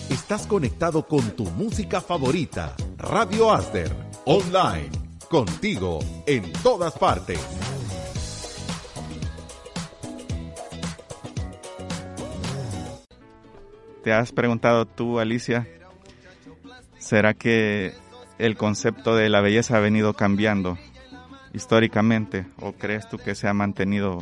Estás conectado con tu música favorita, Radio Aster, online, contigo en todas partes. ¿Te has preguntado tú, Alicia, será que el concepto de la belleza ha venido cambiando históricamente o crees tú que se ha mantenido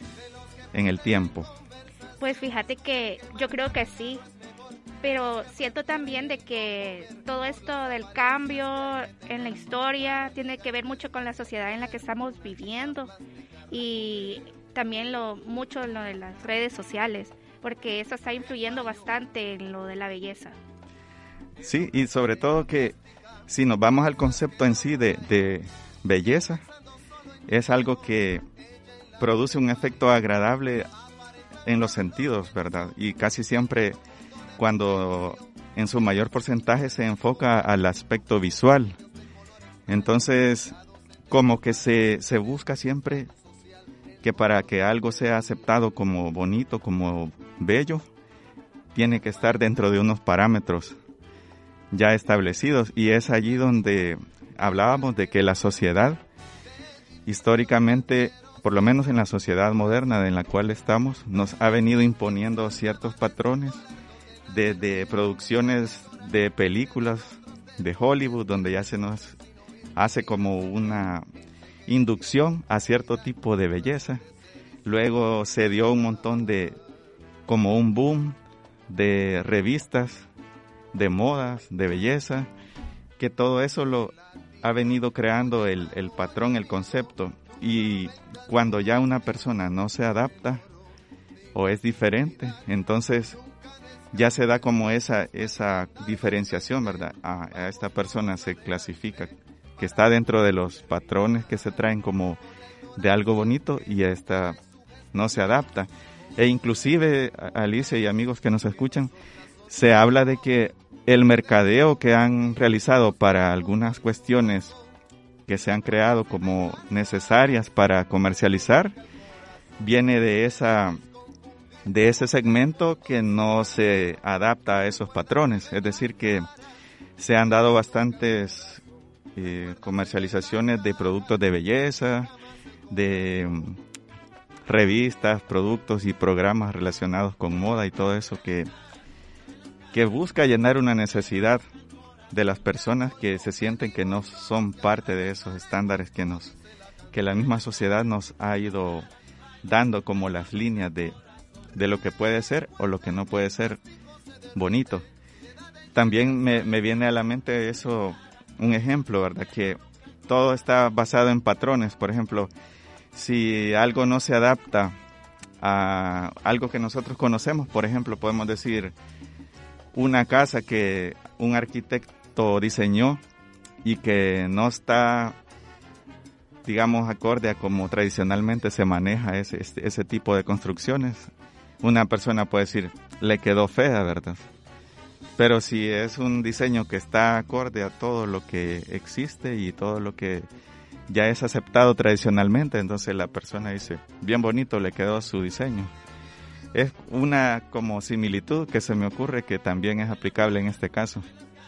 en el tiempo? Pues fíjate que yo creo que sí, pero siento también de que todo esto del cambio en la historia tiene que ver mucho con la sociedad en la que estamos viviendo y también mucho en lo de las redes sociales, porque eso está influyendo bastante en lo de la belleza. Sí, y sobre todo que si nos vamos al concepto en sí de belleza, es algo que produce un efecto agradable en los sentidos, ¿verdad? Y casi siempre cuando en su mayor porcentaje se enfoca al aspecto visual. Entonces, como que se busca siempre que para que algo sea aceptado como bonito, como bello, tiene que estar dentro de unos parámetros ya establecidos. Y es allí donde hablábamos de que la sociedad, históricamente, por lo menos en la sociedad moderna en la cual estamos, nos ha venido imponiendo ciertos patrones de producciones de películas de Hollywood, donde ya se nos hace como una inducción a cierto tipo de belleza. Luego se dio un montón como un boom de revistas, de modas, de belleza, que todo eso lo ha venido creando el patrón, el concepto. Y cuando ya una persona no se adapta o es diferente, entonces ya se da como esa diferenciación, ¿verdad? A esta persona se clasifica que está dentro de los patrones que se traen como de algo bonito y a esta no se adapta. E inclusive, Alicia y amigos que nos escuchan, se habla de que el mercadeo que han realizado para algunas cuestiones que se han creado como necesarias para comercializar viene de ese segmento que no se adapta a esos patrones. Es decir, que se han dado bastantes comercializaciones de productos de belleza, de revistas, productos y programas relacionados con moda y todo eso que busca llenar una necesidad de las personas que se sienten que no son parte de esos estándares que la misma sociedad nos ha ido dando como las líneas de lo que puede ser o lo que no puede ser bonito. También me viene a la mente eso, un ejemplo, ¿verdad? Que todo está basado en patrones. Por ejemplo, si algo no se adapta a algo que nosotros conocemos, por ejemplo, podemos decir una casa que un arquitecto diseñó y que no está, digamos, acorde a como tradicionalmente se maneja ese tipo de construcciones. Una persona puede decir, le quedó fea, ¿verdad? Pero si es un diseño que está acorde a todo lo que existe y todo lo que ya es aceptado tradicionalmente, entonces la persona dice, bien bonito le quedó su diseño. Es una como similitud que se me ocurre que también es aplicable en este caso.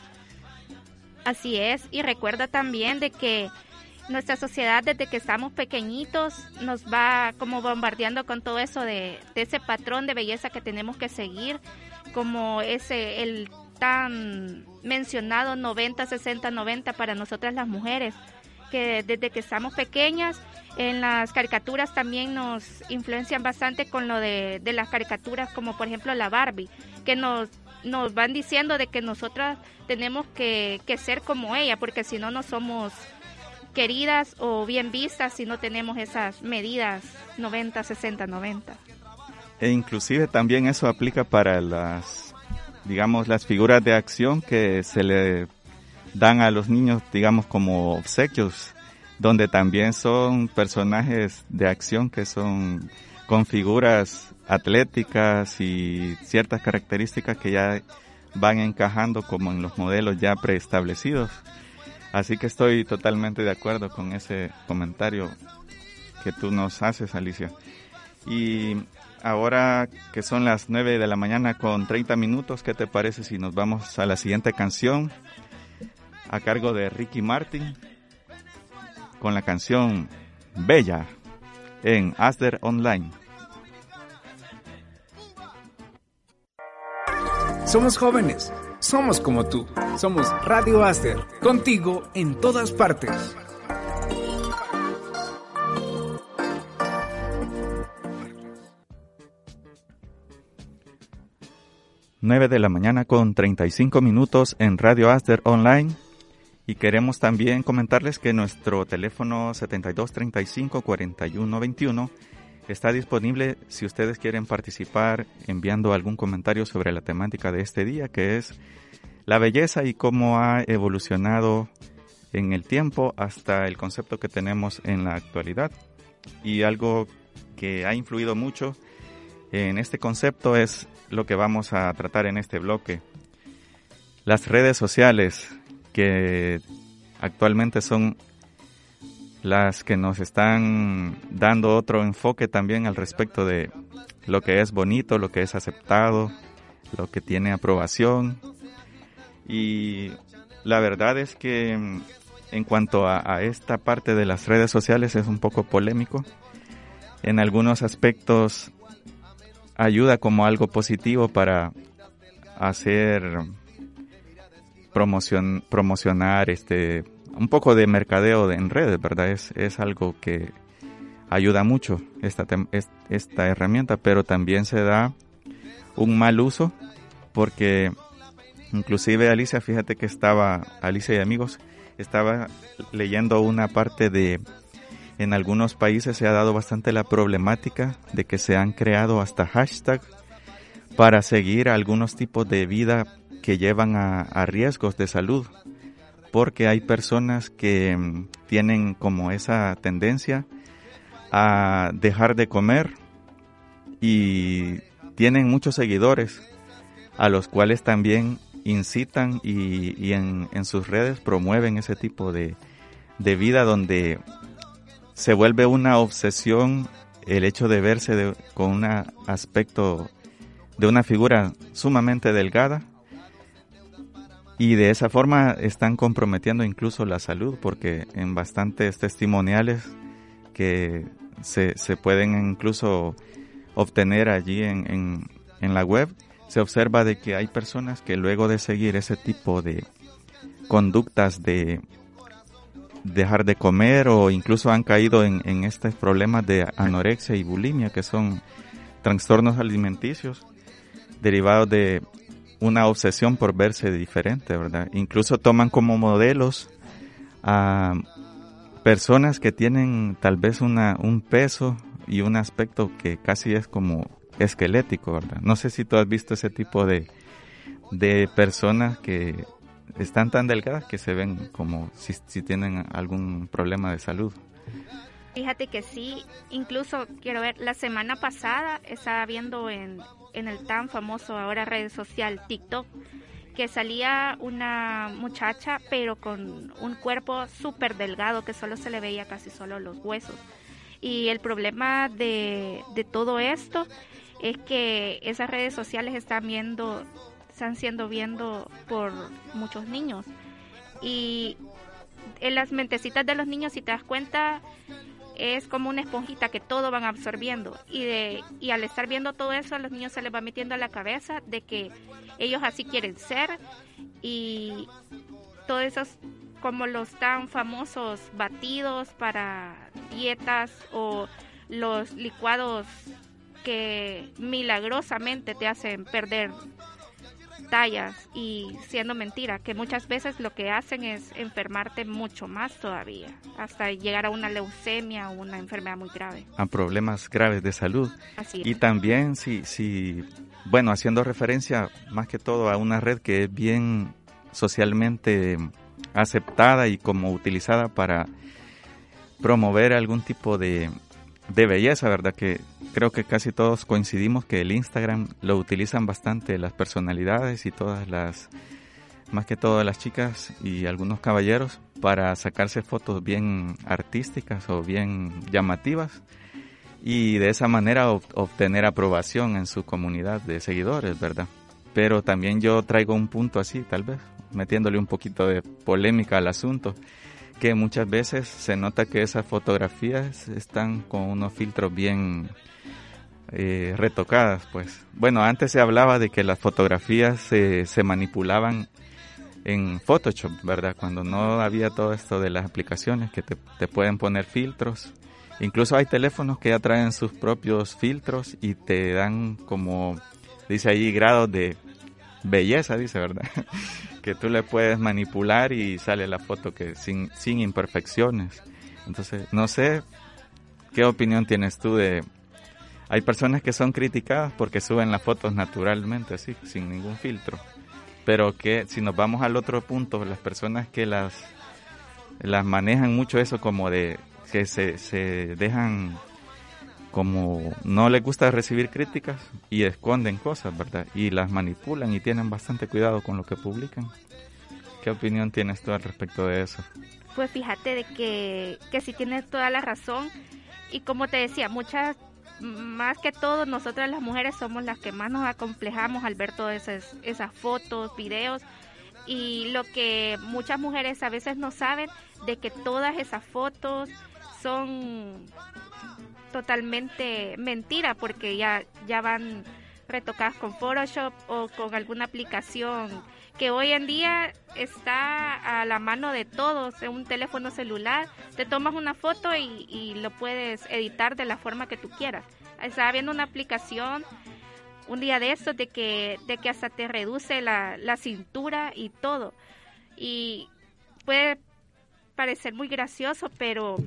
Así es, y recuerda también de que nuestra sociedad desde que estamos pequeñitos nos va como bombardeando con todo eso de ese patrón de belleza que tenemos que seguir, como el tan mencionado 90-60-90 para nosotras las mujeres, que desde que estamos pequeñas en las caricaturas también nos influencian bastante con lo de las caricaturas, como por ejemplo la Barbie, que nos van diciendo de que nosotras tenemos que ser como ella, porque si no, no somos queridas o bien vistas si no tenemos esas medidas 90-60-90. E inclusive también eso aplica para las figuras de acción que se le dan a los niños, digamos, como obsequios, donde también son personajes de acción que son con figuras atléticas y ciertas características que ya van encajando como en los modelos ya preestablecidos. Así que estoy totalmente de acuerdo con ese comentario que tú nos haces, Alicia. Y ahora que son las 9 de la mañana con 30 minutos, ¿qué te parece si nos vamos a la siguiente canción a cargo de Ricky Martin con la canción Bella en Asder Online? Somos jóvenes, somos como tú, somos Radio Asder, contigo en todas partes. Nueve de la mañana con 35 minutos en Radio Asder Online, y queremos también comentarles que nuestro teléfono 7235-4121 está disponible si ustedes quieren participar enviando algún comentario sobre la temática de este día, que es la belleza y cómo ha evolucionado en el tiempo hasta el concepto que tenemos en la actualidad. Y algo que ha influido mucho en este concepto es lo que vamos a tratar en este bloque. Las redes sociales, que actualmente son las que nos están dando otro enfoque también al respecto de lo que es bonito, lo que es aceptado, lo que tiene aprobación. Y la verdad es que en cuanto a esta parte de las redes sociales es un poco polémico. En algunos aspectos ayuda como algo positivo para hacer promocionar un poco de mercadeo en redes, ¿verdad? Es algo que ayuda mucho esta herramienta, pero también se da un mal uso, porque inclusive Alicia, fíjate que Alicia y amigos, estaba leyendo una parte de, en algunos países se ha dado bastante la problemática de que se han creado hasta hashtags para seguir algunos tipos de vida que llevan a riesgos de salud, porque hay personas que tienen como esa tendencia a dejar de comer y tienen muchos seguidores a los cuales también incitan y en sus redes promueven ese tipo de vida donde se vuelve una obsesión el hecho de verse con un aspecto de una figura sumamente delgada, y de esa forma están comprometiendo incluso la salud, porque en bastantes testimoniales que se pueden incluso obtener allí en la web, se observa de que hay personas que luego de seguir ese tipo de conductas de dejar de comer, o incluso han caído en estos problemas de anorexia y bulimia, que son trastornos alimenticios derivados de una obsesión por verse diferente, ¿verdad? Incluso toman como modelos a personas que tienen tal vez un peso y un aspecto que casi es como esquelético, ¿verdad? No sé si tú has visto ese tipo de personas que están tan delgadas que se ven como si tienen algún problema de salud. Fíjate que sí, incluso quiero ver, la semana pasada estaba viendo en el tan famoso ahora red social TikTok, que salía una muchacha pero con un cuerpo súper delgado que solo se le veía casi solo los huesos. Y el problema de todo esto es que esas redes sociales están siendo viendo por muchos niños. Y en las mentecitas de los niños, si te das cuenta, es como una esponjita que todo van absorbiendo, y al estar viendo todo eso, a los niños se les va metiendo a la cabeza de que ellos así quieren ser, y todos esos como los tan famosos batidos para dietas o los licuados que milagrosamente te hacen perder tallas, y siendo mentira, que muchas veces lo que hacen es enfermarte mucho más todavía, hasta llegar a una leucemia o una enfermedad muy grave. A problemas graves de salud. Así es. Y también bueno, haciendo referencia más que todo a una red que es bien socialmente aceptada y como utilizada para promover algún tipo de belleza, ¿verdad? Que creo que casi todos coincidimos que el Instagram lo utilizan bastante las personalidades y más que todo las chicas y algunos caballeros, para sacarse fotos bien artísticas o bien llamativas. y de esa manera obtener aprobación en su comunidad de seguidores, ¿verdad? Pero también yo traigo un punto así, tal vez, metiéndole un poquito de polémica al asunto, que muchas veces se nota que esas fotografías están con unos filtros bien retocadas, pues. Bueno, antes se hablaba de que las fotografías se manipulaban en Photoshop, ¿verdad? Cuando no había todo esto de las aplicaciones que te pueden poner filtros. Incluso hay teléfonos que ya traen sus propios filtros y te dan como, dice ahí, grados de belleza, dice, ¿verdad? Que tú le puedes manipular y sale la foto que sin imperfecciones. Entonces, no sé, ¿qué opinión tienes tú de...? Hay personas que son criticadas porque suben las fotos naturalmente, así, sin ningún filtro. Pero que si nos vamos al otro punto, las personas que las manejan mucho eso como de que se dejan, como no les gusta recibir críticas y esconden cosas, ¿verdad? Y las manipulan y tienen bastante cuidado con lo que publican. ¿Qué opinión tienes tú al respecto de eso? Pues fíjate de que sí tienes toda la razón. Y como te decía, más que todo, nosotras las mujeres somos las que más nos acomplejamos al ver todas esas fotos, videos, y lo que muchas mujeres a veces no saben, de que todas esas fotos son totalmente mentira, porque ya van retocadas con Photoshop o con alguna aplicación que hoy en día está a la mano de todos, en un teléfono celular. Te tomas una foto y lo puedes editar de la forma que tú quieras. Estaba viendo una aplicación un día de estos de que hasta te reduce la cintura y todo. Y puede parecer muy gracioso, pero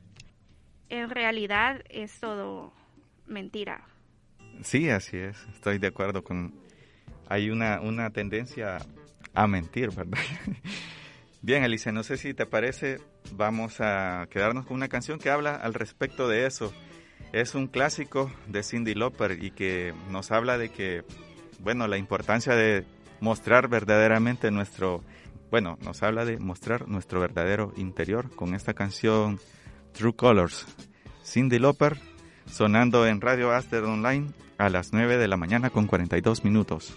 en realidad es todo mentira. Sí, así es. Estoy de acuerdo con... Hay una tendencia a mentir, ¿verdad? Bien, Alicia, no sé si te parece, vamos a quedarnos con una canción que habla al respecto de eso. Es un clásico de Cyndi Lauper y que nos habla de que, bueno, la importancia de mostrar verdaderamente nos habla de mostrar nuestro verdadero interior con esta canción True Colors. Cyndi Lauper, sonando en Radio Aster Online a las 9 de la mañana con 42 minutos.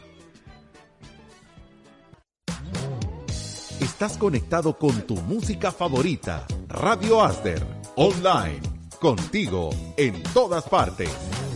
Estás conectado con tu música favorita, Radio Aster, online, contigo en todas partes.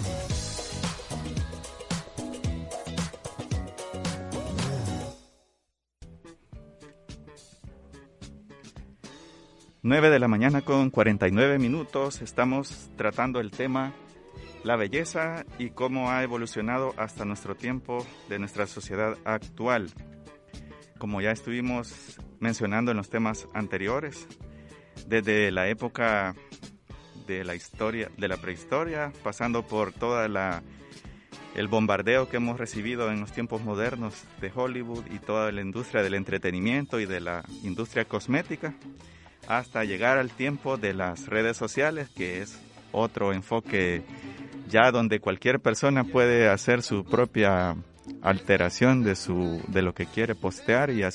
Nueve de la mañana con 49 minutos. Estamos tratando el tema la belleza y cómo ha evolucionado hasta nuestro tiempo de nuestra sociedad actual. Como ya estuvimos mencionando en los temas anteriores, desde la época de la historia, de la prehistoria, pasando por toda el bombardeo que hemos recibido en los tiempos modernos de Hollywood y toda la industria del entretenimiento y de la industria cosmética, hasta llegar al tiempo de las redes sociales, que es otro enfoque ya donde cualquier persona puede hacer su propia alteración de lo que quiere postear y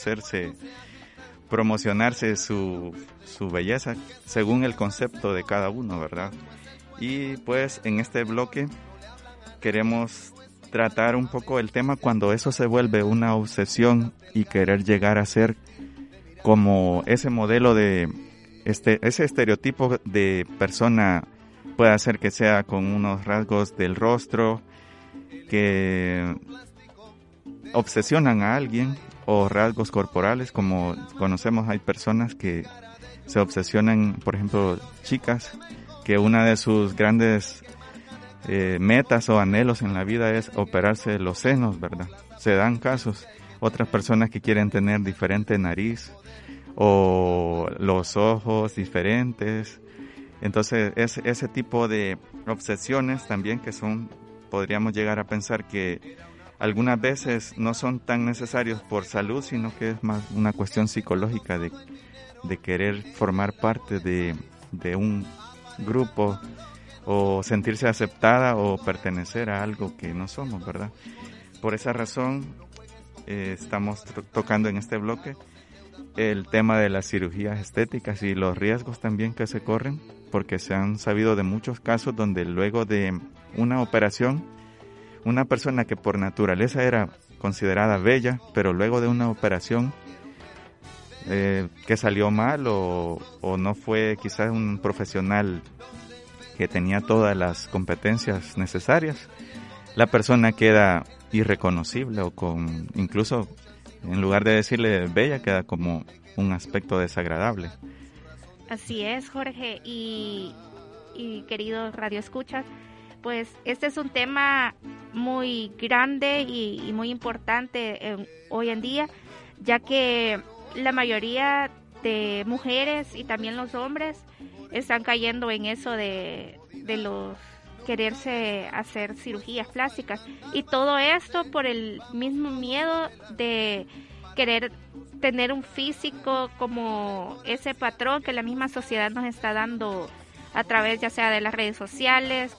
promocionarse su belleza según el concepto de cada uno, ¿verdad? Y pues en este bloque queremos tratar un poco el tema cuando eso se vuelve una obsesión y querer llegar a ser como ese modelo de ese estereotipo de persona. Puede ser que sea con unos rasgos del rostro que obsesionan a alguien, o rasgos corporales, como conocemos, hay personas que se obsesionan, por ejemplo, chicas, que una de sus grandes metas o anhelos en la vida es operarse los senos, ¿verdad? Se dan casos. Otras personas que quieren tener diferente nariz o los ojos diferentes. Entonces, ese tipo de obsesiones también que podríamos llegar a pensar que algunas veces no son tan necesarios por salud, sino que es más una cuestión psicológica de querer formar parte de un grupo o sentirse aceptada o pertenecer a algo que no somos, ¿verdad? Por esa razón estamos tocando en este bloque el tema de las cirugías estéticas y los riesgos también que se corren, porque se han sabido de muchos casos donde luego de una operación, una persona que por naturaleza era considerada bella, pero luego de una operación que salió mal o no fue quizás un profesional que tenía todas las competencias necesarias, la persona queda irreconocible o con, incluso en lugar de decirle bella, queda como un aspecto desagradable. Así es, Jorge, y queridos radioescuchas, pues este es un tema muy grande y muy importante hoy en día, ya que la mayoría de mujeres y también los hombres están cayendo en eso de los quererse hacer cirugías plásticas, y todo esto por el mismo miedo de querer tener un físico como ese patrón que la misma sociedad nos está dando a través ya sea de las redes sociales,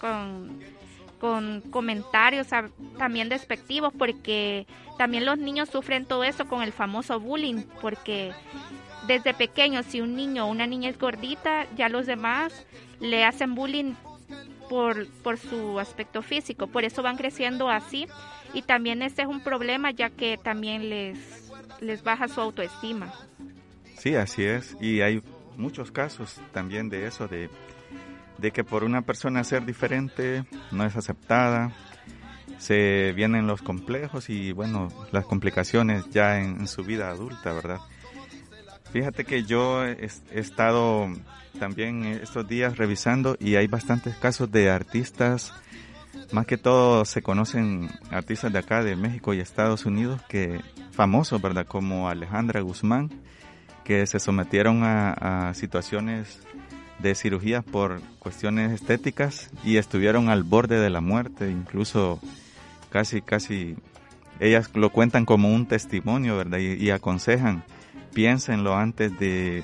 con comentarios también despectivos, porque también los niños sufren todo eso con el famoso bullying, porque desde pequeños si un niño o una niña es gordita, ya los demás le hacen bullying por su aspecto físico, por eso van creciendo así, y también este es un problema ya que también les baja su autoestima. Sí, así es, y hay muchos casos también de eso, de que por una persona ser diferente no es aceptada, se vienen los complejos y bueno, las complicaciones ya en su vida adulta, ¿verdad? Fíjate que yo he estado también estos días revisando y hay bastantes casos de artistas, más que todo se conocen artistas de acá, de México y Estados Unidos, que famosos, ¿verdad? Como Alejandra Guzmán, que se sometieron a situaciones de cirugías por cuestiones estéticas y estuvieron al borde de la muerte, incluso casi ellas lo cuentan como un testimonio, ¿verdad? Y aconsejan, piénsenlo antes de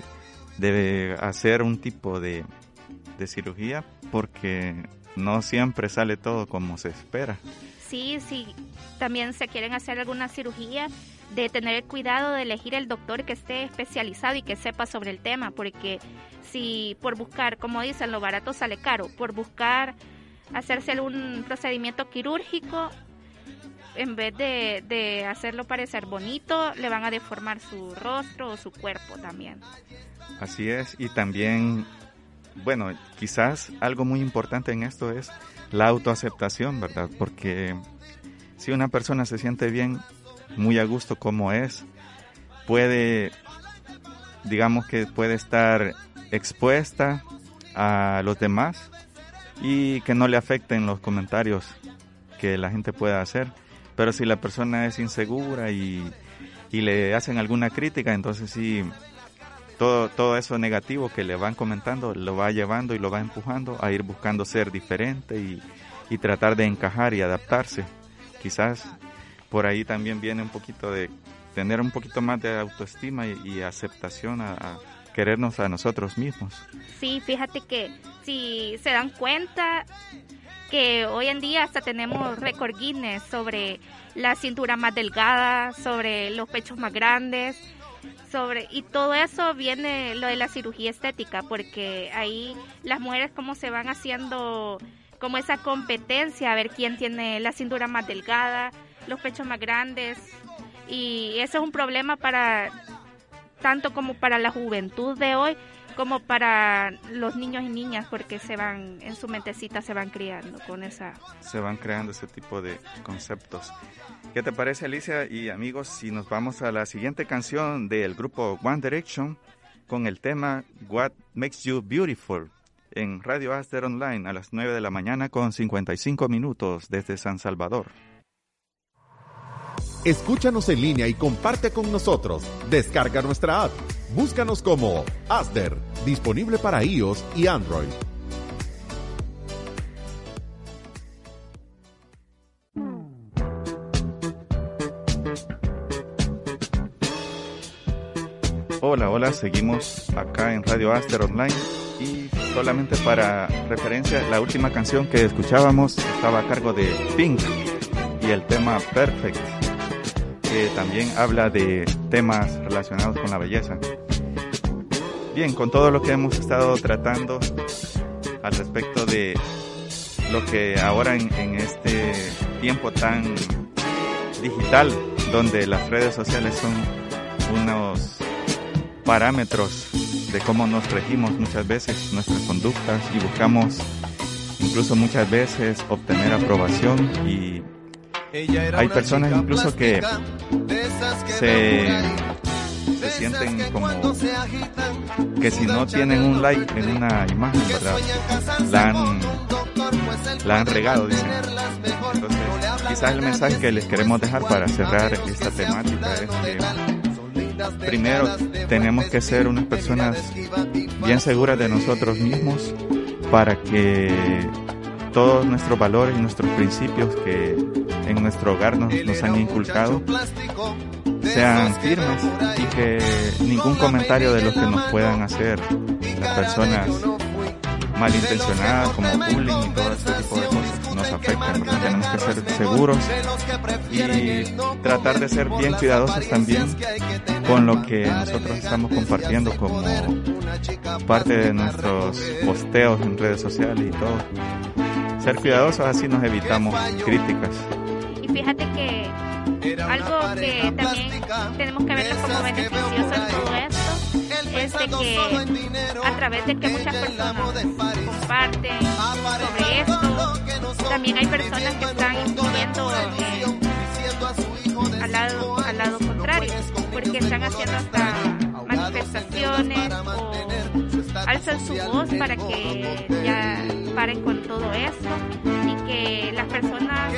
hacer un tipo de cirugía, porque no siempre sale todo como se espera. Sí, también se quieren hacer alguna cirugía, de tener el cuidado de elegir el doctor que esté especializado y que sepa sobre el tema, porque si por buscar, como dicen, lo barato sale caro, por buscar hacerse algún procedimiento quirúrgico, en vez de hacerlo parecer bonito, le van a deformar su rostro o su cuerpo también. Así es, y también, bueno, quizás algo muy importante en esto es la autoaceptación, ¿verdad? Porque si una persona se siente bien, muy a gusto como es, digamos que puede estar expuesta a los demás y que no le afecten los comentarios que la gente pueda hacer. Pero si la persona es insegura y le hacen alguna crítica, entonces sí, todo eso negativo que le van comentando lo va llevando y lo va empujando a ir buscando ser diferente y tratar de encajar y adaptarse. Quizás por ahí también viene un poquito de tener un poquito más de autoestima y aceptación a querernos a nosotros mismos. Sí, fíjate que si se dan cuenta que hoy en día hasta tenemos récord Guinness sobre la cintura más delgada, sobre los pechos más grandes, y todo eso viene lo de la cirugía estética, porque ahí las mujeres como se van haciendo como esa competencia a ver quién tiene la cintura más delgada, los pechos más grandes, y eso es un problema tanto como para la juventud de hoy como para los niños y niñas, porque en su mentecita se van criando con esa... Se van creando ese tipo de conceptos. ¿Qué te parece, Alicia? Y amigos, si nos vamos a la siguiente canción del grupo One Direction con el tema What Makes You Beautiful en Radio Aster Online a las 9 de la mañana con 55 minutos desde San Salvador. Escúchanos en línea y comparte con nosotros. Descarga nuestra app. Búscanos como Aster, disponible para iOS y Android. Hola, seguimos acá en Radio Aster Online y solamente para referencia, la última canción que escuchábamos estaba a cargo de Pink y el tema Perfect. que también habla de temas relacionados con la belleza. Bien, con todo lo que hemos estado tratando al respecto de lo que ahora en este tiempo tan digital, donde las redes sociales son unos parámetros de cómo nos regimos muchas veces nuestras conductas y buscamos incluso muchas veces obtener aprobación, y hay personas incluso que se sienten como que si no tienen un like en una imagen, ¿verdad?, la han regado, dicen. Entonces, quizás el mensaje que les queremos dejar para cerrar esta temática es que primero tenemos que ser unas personas bien seguras de nosotros mismos para que todos nuestros valores y nuestros principios que en nuestro hogar nos han inculcado sean firmes, y que ningún comentario de los que nos puedan hacer las personas malintencionadas como bullying y todo este tipo de cosas nos afectan, porque tenemos que ser seguros y tratar de ser bien cuidadosos también con lo que nosotros estamos compartiendo como parte de nuestros posteos en redes sociales y todo. Ser cuidadosos, así nos evitamos críticas. Y fíjate que algo que también tenemos que verlo como beneficioso en todo esto es de que a través de que muchas personas comparten sobre esto, también hay personas que están influyendo al lado contrario, porque están haciendo hasta manifestaciones o alzan su voz para que ya paren con todo esto y que las personas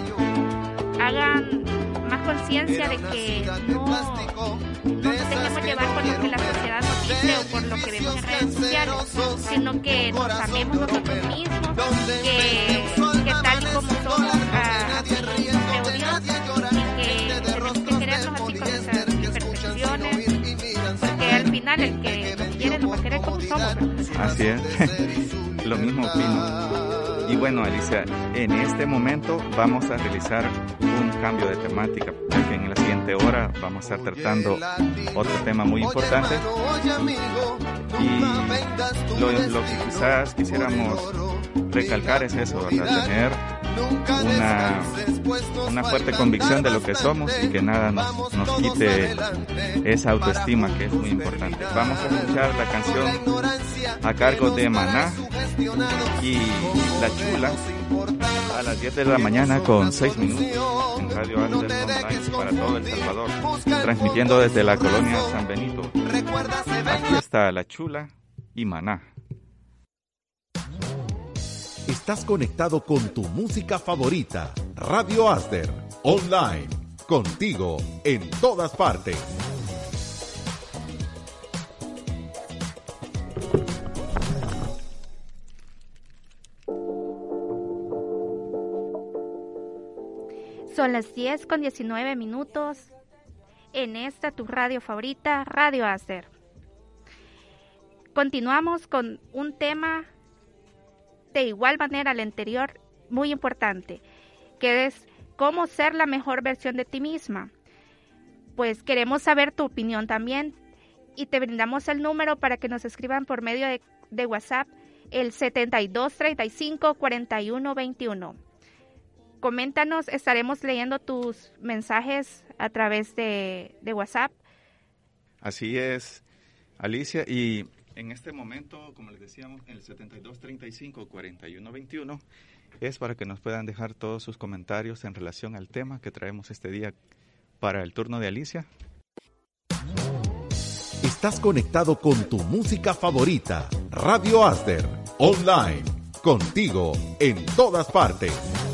hagan más conciencia de que no nos dejemos llevar por lo que la sociedad nos dice o por lo que vemos en redes sociales, sino que nos amemos nosotros mismos, que tal y como somos, así creo Dios, y que tenemos que querernos así con nuestras imperfecciones, porque al final el que nos quiere nos va a querer como somos, ¿verdad? Así es, lo mismo opino. Y bueno, Alicia, en este momento vamos a realizar un cambio de temática, porque en la siguiente hora vamos a estar tratando otro tema muy importante. Y lo que quizás quisiéramos recalcar es eso, ¿verdad? Tener una fuerte convicción de lo que somos y que nada nos quite esa autoestima, que es muy importante. Vamos a escuchar la canción a cargo de Maná y La Chula a las 10 de la mañana con 6 minutos en Radio Aster Online para todo El Salvador, transmitiendo desde la colonia San Benito. Aquí está La Chula y Maná. Estás conectado con tu música favorita, Radio Aster, online, contigo en todas partes. Son las 10:19 en esta tu radio favorita, Radio Aster. Continuamos con un tema de igual manera al anterior, muy importante, que es cómo ser la mejor versión de ti misma. Pues queremos saber tu opinión también y te brindamos el número para que nos escriban por medio de WhatsApp, el 7235-4121. Coméntanos, estaremos leyendo tus mensajes a través de WhatsApp. Así es, Alicia, y en este momento, como les decíamos, el 7235-4121 es para que nos puedan dejar todos sus comentarios en relación al tema que traemos este día para el turno de Alicia. Estás conectado con tu música favorita, Radio Aster, online, contigo en todas partes.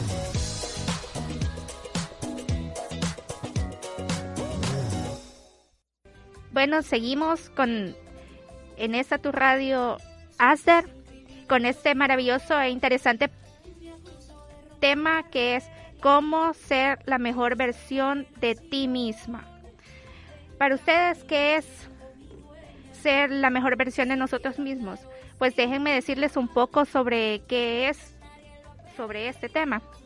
Bueno, seguimos en esta tu radio Aster con este maravilloso e interesante tema que es cómo ser la mejor versión de ti misma. Para ustedes, ¿qué es ser la mejor versión de nosotros mismos? Pues déjenme decirles un poco sobre qué es sobre este tema.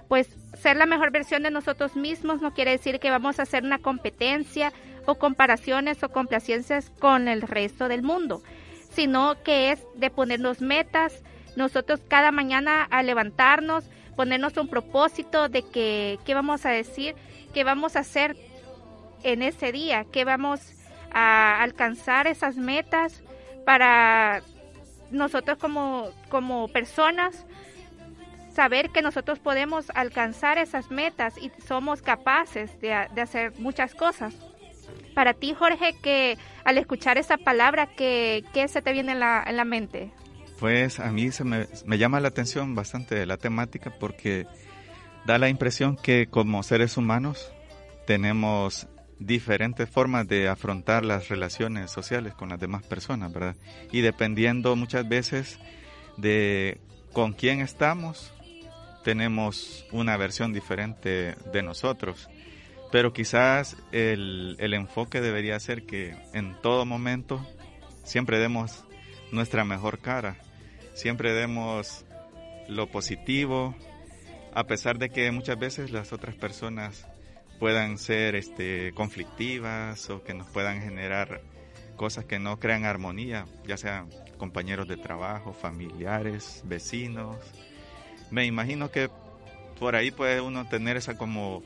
pues ser la mejor versión de nosotros mismos no quiere decir que vamos a hacer una competencia o comparaciones o complacencias con el resto del mundo, sino que es de ponernos metas, nosotros cada mañana a levantarnos, ponernos un propósito de qué vamos a decir, qué vamos a hacer en ese día, qué vamos a alcanzar esas metas para nosotros como personas, saber que nosotros podemos alcanzar esas metas y somos capaces de hacer muchas cosas. Para ti, Jorge, que al escuchar esa palabra, ¿qué se te viene en la mente? Pues a mí me llama la atención bastante la temática porque da la impresión que como seres humanos tenemos diferentes formas de afrontar las relaciones sociales con las demás personas, ¿verdad? Y dependiendo muchas veces de con quién estamos, tenemos una versión diferente de nosotros. Pero quizás el enfoque debería ser que en todo momento siempre demos nuestra mejor cara, siempre demos lo positivo, a pesar de que muchas veces las otras personas puedan ser conflictivas o que nos puedan generar cosas que no crean armonía, ya sean compañeros de trabajo, familiares, vecinos. Me imagino que por ahí puede uno tener esa como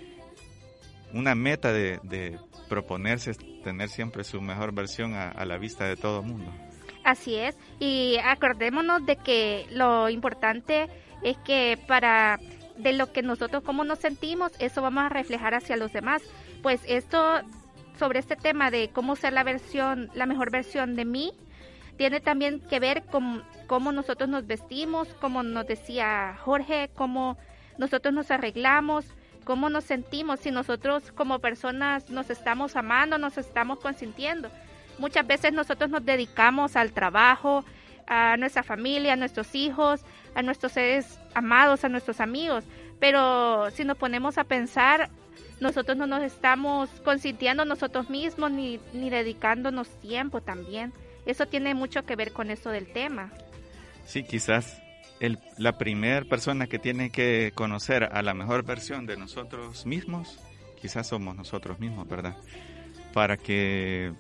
una meta de proponerse tener siempre su mejor versión a la vista de todo el mundo. Así es, y acordémonos de que lo importante es que de lo que nosotros, cómo nos sentimos, eso vamos a reflejar hacia los demás. Pues esto, sobre este tema de cómo ser la mejor versión de mí, tiene también que ver con cómo nosotros nos vestimos, como nos decía Jorge, cómo nosotros nos arreglamos, cómo nos sentimos, si nosotros como personas nos estamos amando, nos estamos consintiendo. Muchas veces nosotros nos dedicamos al trabajo, a nuestra familia, a nuestros hijos, a nuestros seres amados, a nuestros amigos, pero si nos ponemos a pensar, nosotros no nos estamos consintiendo nosotros mismos ni dedicándonos tiempo también. Eso tiene mucho que ver con eso del tema. Sí, quizás la primera persona que tiene que conocer a la mejor versión de nosotros mismos, quizás somos nosotros mismos, ¿verdad? Para que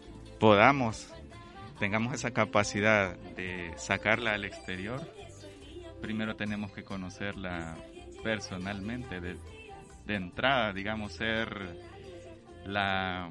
tengamos esa capacidad de sacarla al exterior, primero tenemos que conocerla personalmente, de entrada, digamos, ser la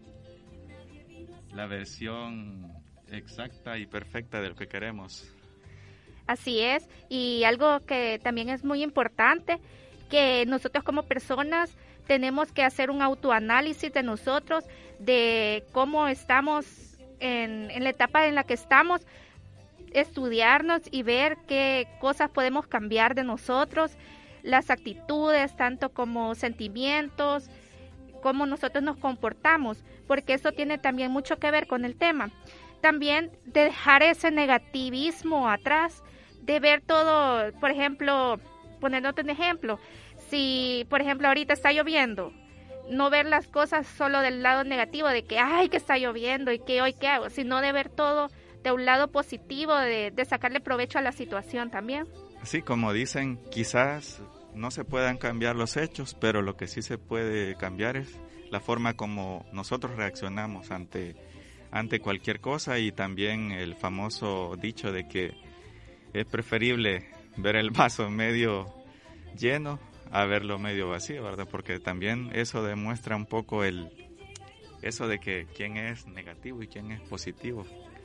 versión exacta y perfecta de lo que queremos. Así es, y algo que también es muy importante, que nosotros como personas tenemos que hacer un autoanálisis de nosotros, de cómo estamos en la etapa en la que estamos, estudiarnos y ver qué cosas podemos cambiar de nosotros, las actitudes, tanto como sentimientos, cómo nosotros nos comportamos, porque eso tiene también mucho que ver con el tema. También de dejar ese negativismo atrás, de ver todo, por ejemplo, poniéndote un ejemplo, si por ejemplo ahorita está lloviendo, no ver las cosas solo del lado negativo, de que ay, que está lloviendo y que hoy qué hago, sino de ver todo de un lado positivo, de sacarle provecho a la situación también. Sí, como dicen, quizás no se puedan cambiar los hechos, pero lo que sí se puede cambiar es la forma como nosotros reaccionamos ante cualquier cosa, y también el famoso dicho de que es preferible ver el vaso medio lleno a verlo medio vacío, ¿verdad? Porque también eso demuestra un poco eso de que quién es negativo y quién es positivo.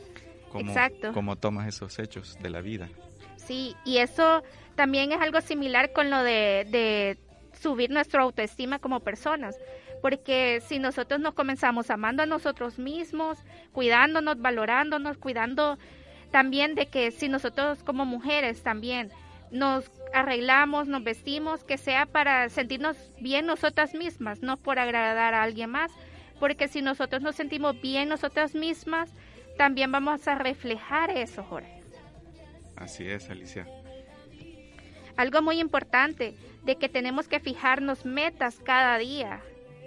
Cómo tomas esos hechos de la vida. Sí, y eso también es algo similar con lo de subir nuestra autoestima como personas, porque si nosotros nos comenzamos amando a nosotros mismos, cuidándonos, valorándonos, cuidando también de que si nosotros como mujeres también nos arreglamos, nos vestimos, que sea para sentirnos bien nosotras mismas, no por agradar a alguien más, porque si nosotros nos sentimos bien nosotras mismas, también vamos a reflejar eso, Jorge. Así es, Alicia. Algo muy importante, de que tenemos que fijarnos metas cada día.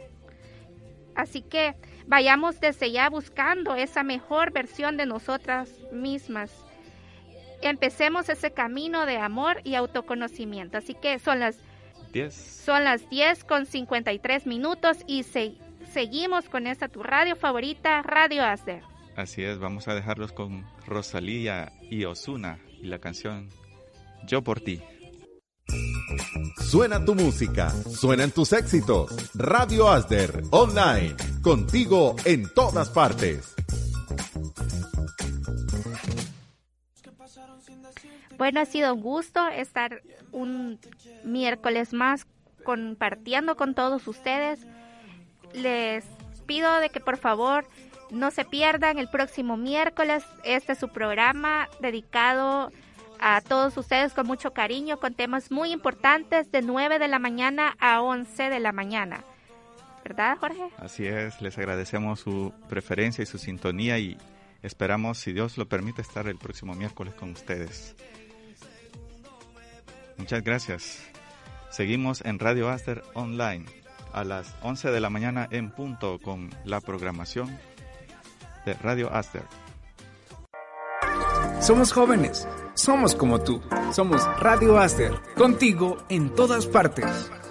Así que vayamos desde ya buscando esa mejor versión de nosotras mismas. Empecemos ese camino de amor y autoconocimiento. Así que son las 10. Son las 10:53 y seguimos con esta tu radio favorita, Radio Aster. Así es, vamos a dejarlos con Rosalía y Ozuna y la canción Yo por ti. Suena tu música, suenan tus éxitos. Radio Aster Online, contigo en todas partes. Bueno, ha sido un gusto estar un miércoles más compartiendo con todos ustedes. Les pido de que por favor no se pierdan el próximo miércoles. Este es su programa dedicado a todos ustedes con mucho cariño, con temas muy importantes de 9 de la mañana a 11 de la mañana. ¿Verdad, Jorge? Así es, les agradecemos su preferencia y su sintonía y esperamos, si Dios lo permite, estar el próximo miércoles con ustedes. Muchas gracias. Seguimos en Radio Aster Online a las 11 de la mañana en punto con la programación de Radio Aster. Somos jóvenes, somos como tú, somos Radio Aster, contigo en todas partes.